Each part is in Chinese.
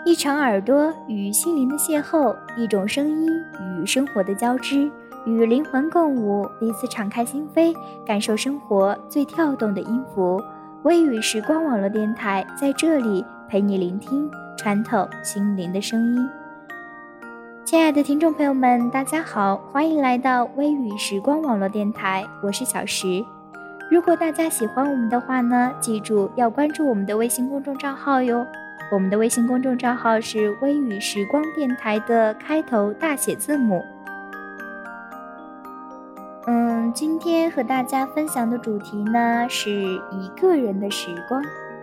一场耳朵与心灵的邂逅，一种声音与生活的交织，与灵魂共舞，彼此敞开心扉，感受生活最跳动的音符。微语时光网络电台在这里陪你聆听，穿透心灵的声音。亲爱的听众朋友们，大家好，欢迎来到微语时光网络电台，我是小石。如果大家喜欢我们的话呢，记住要关注我们的微信公众账号哟。我们的微信公众账号是微语时光电台的开头大写字母。今天和大家分享的主题呢，是一个人的时光。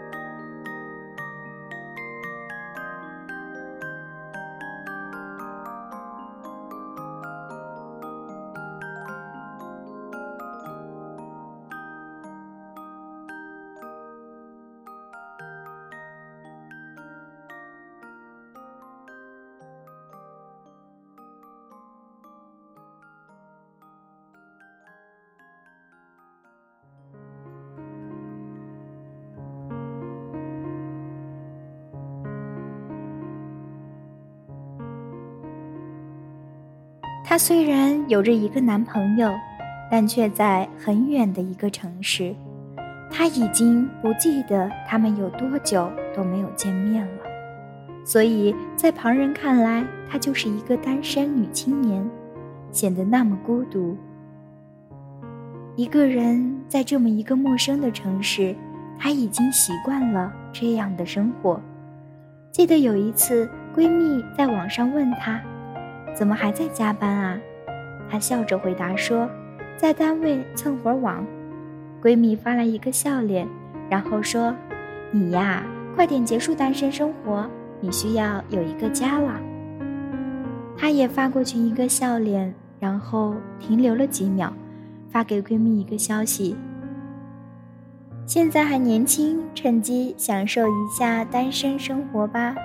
她虽然有着一个男朋友，但却在很远的一个城市。她已经不记得他们有多久都没有见面了，所以在旁人看来，她就是一个单身女青年，显得那么孤独。一个人在这么一个陌生的城市，她已经习惯了这样的生活。记得有一次，闺蜜在网上问她，怎么还在加班啊？她笑着回答说，在单位蹭会儿网。闺蜜发来一个笑脸，然后说，你呀，快点结束单身生活，你需要有一个家了。她也发过去一个笑脸，然后停留了几秒，发给闺蜜一个消息，现在还年轻，趁机享受一下单身生活吧。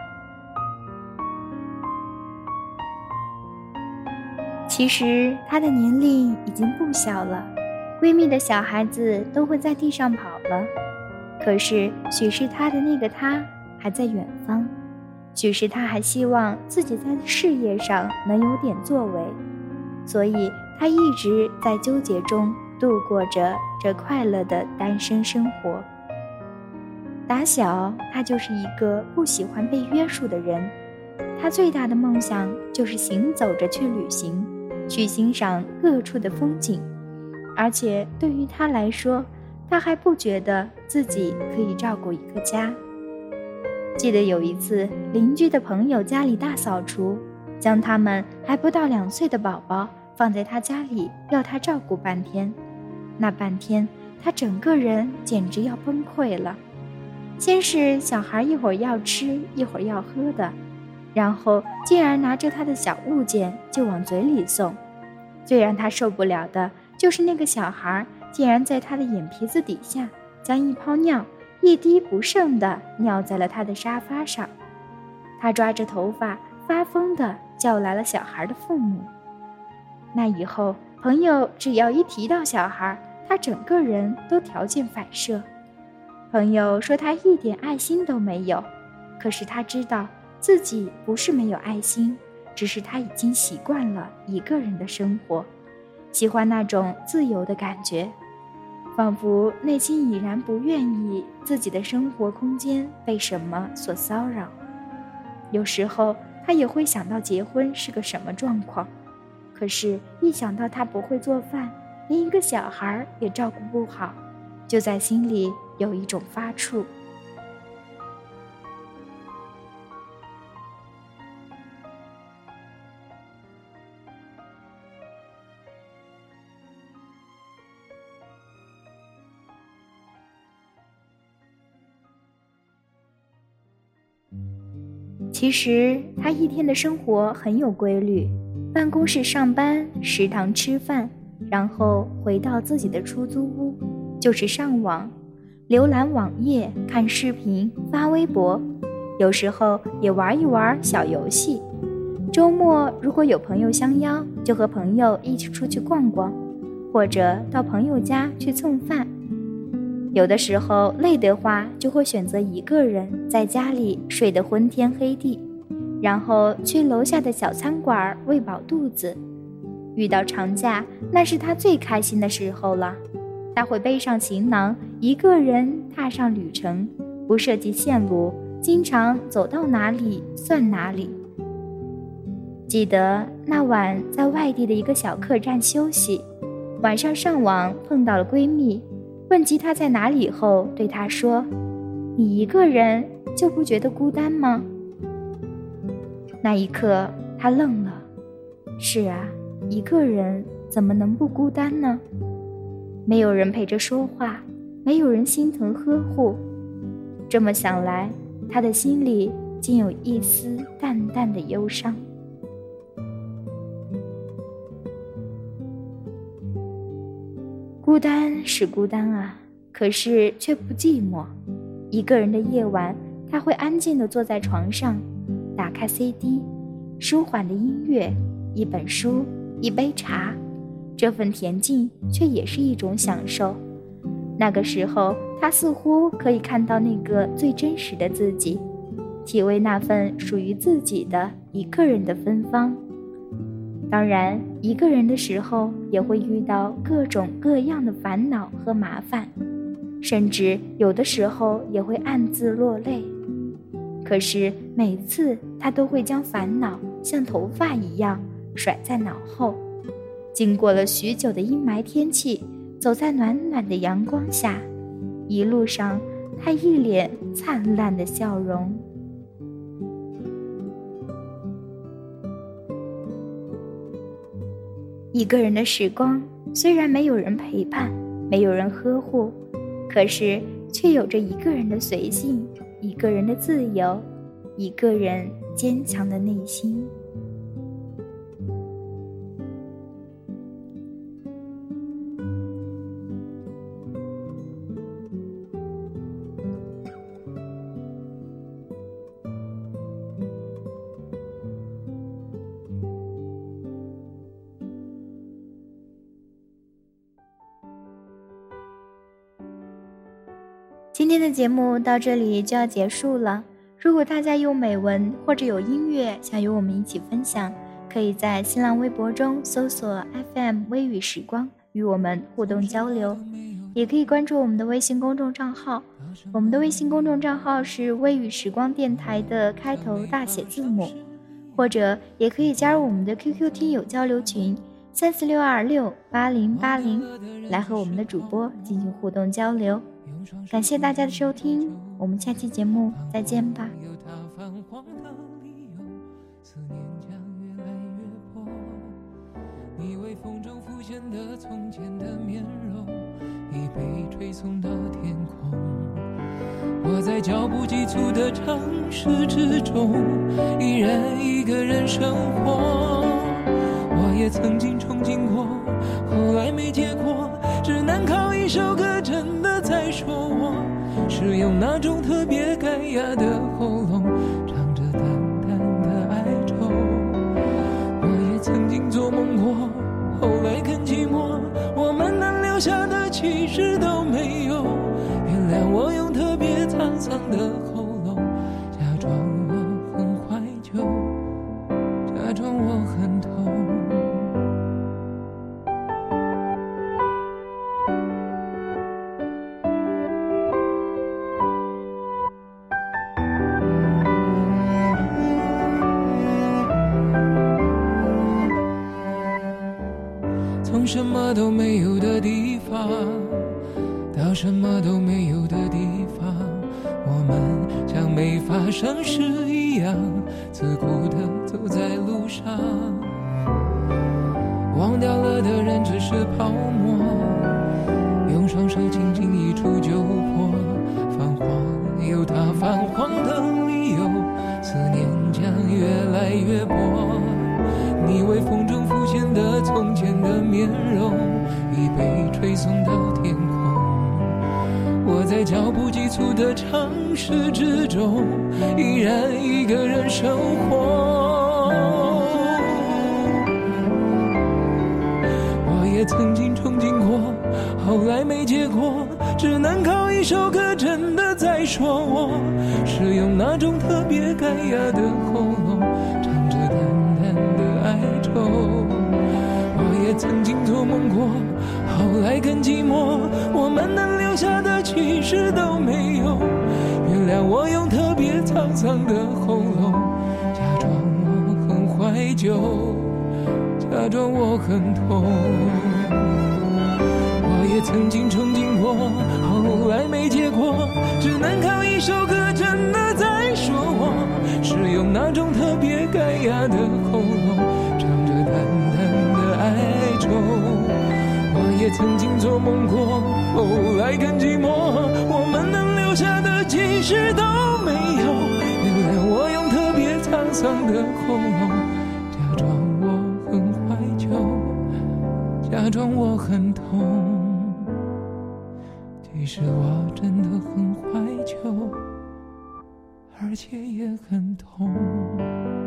其实她的年龄已经不小了，闺蜜的小孩子都会在地上跑了，可是许是她的那个他还在远方，许是她还希望自己在事业上能有点作为，所以她一直在纠结中度过着这快乐的单身生活。打小她就是一个不喜欢被约束的人，她最大的梦想就是行走着去旅行，去欣赏各处的风景，而且对于她来说，她还不觉得自己可以照顾一个家。记得有一次，邻居的朋友家里大扫除，将他们还不到2岁的宝宝放在她家里，要她照顾半天。那半天，她整个人简直要崩溃了。先是小孩一会儿要吃，一会儿要喝的，然后竟然拿着他的小物件就往嘴里送。最让他受不了的就是那个小孩竟然在他的眼皮子底下将一泡尿一滴不剩地尿在了他的沙发上。他抓着头发发疯地叫来了小孩的父母。那以后，朋友只要一提到小孩，他整个人都条件反射。朋友说他一点爱心都没有，可是他知道自己不是没有爱心，只是他已经习惯了一个人的生活，喜欢那种自由的感觉，仿佛内心已然不愿意自己的生活空间被什么所骚扰。有时候他也会想到结婚是个什么状况，可是一想到他不会做饭，连一个小孩也照顾不好，就在心里有一种发怵。其实他一天的生活很有规律，办公室上班，食堂吃饭，然后回到自己的出租屋，就是上网，浏览网页，看视频，发微博，有时候也玩一玩小游戏。周末如果有朋友相邀，就和朋友一起出去逛逛，或者到朋友家去蹭饭。有的时候累的话，就会选择一个人在家里睡得昏天黑地， 然后去楼下的小餐馆喂饱肚子。遇到长假，那是他最开心的时候了。他会背上行囊，一个人踏上旅程，不设计线路，经常走到哪里算哪里。记得那晚在外地的一个小客栈休息，晚上上网碰到了闺蜜，问及她在哪里后，对她说：“你一个人就不觉得孤单吗？”那一刻，她愣了。是啊，一个人怎么能不孤单呢？没有人陪着说话，没有人心疼呵护。这么想来，她的心里竟有一丝淡淡的忧伤。孤单是孤单啊，可是却不寂寞。一个人的夜晚，他会安静地坐在床上，打开 CD， 舒缓的音乐，一本书，一杯茶，这份恬静却也是一种享受。那个时候，他似乎可以看到那个最真实的自己，体味那份属于自己的一个人的芬芳。当然，一个人的时候也会遇到各种各样的烦恼和麻烦，甚至有的时候也会暗自落泪。可是每次他都会将烦恼像头发一样甩在脑后，经过了许久的阴霾天气，走在暖暖的阳光下，一路上他一脸灿烂的笑容。一个人的时光，虽然没有人陪伴，没有人呵护，可是却有着一个人的随性，一个人的自由，一个人坚强的内心。今天的节目到这里就要结束了。如果大家有美文或者有音乐想与我们一起分享，可以在新浪微博中搜索 FM 微雨时光与我们互动交流，也可以关注我们的微信公众账号。我们的微信公众账号是微雨时光电台的开头大写字母，或者也可以加入我们的 QQ 听友交流群3462680080，来和我们的主播进行互动交流。感谢大家的收听，我们下期节目再见吧。你微风中浮现的从前的面容，已被吹送到天空。我在脚步急促的城市之中，依然一个人生活。我也曾经憧憬过，后来没结果，只能靠一首歌真的在说我是用那种特别干哑的喉咙唱着淡淡的哀愁。我也曾经做梦过，后来更寂寞，我们能留下的其实都没有。原谅我用特别沧桑的喉咙，假装我很怀旧，假装我很痛。从什么都没有的地方到什么都没有的地方，我们像没发生事一样自顾地走在路上。忘掉了的人只是泡沫，用双手轻轻一触就破。泛黄有它泛黄的理由，思念将越来越薄。你微风中浮现的从前的面容，已被吹送到天空。我在脚步急促的城市之中，依然一个人生活。我也曾经憧憬过，后来没结果， 只能靠一首歌真的在说我，是用那种特别干哑的喉咙唱着淡淡的哀愁。我也曾经做梦过，后来更寂寞，我们能留下的其实都没有。原谅我用特别沧桑的喉咙，假装我很怀旧，假装我很痛。我也曾经憧憬过，后来没结果，只能靠一首歌真的在说我，是用那种特别干哑的喉咙唱着淡淡的哀愁。我也曾经做梦过，后来更寂寞，我们能留下的其实都没有。原谅我用特别沧桑的喉咙，假装我很怀旧，假装我很痛。其实我真的很怀旧，而且也很痛。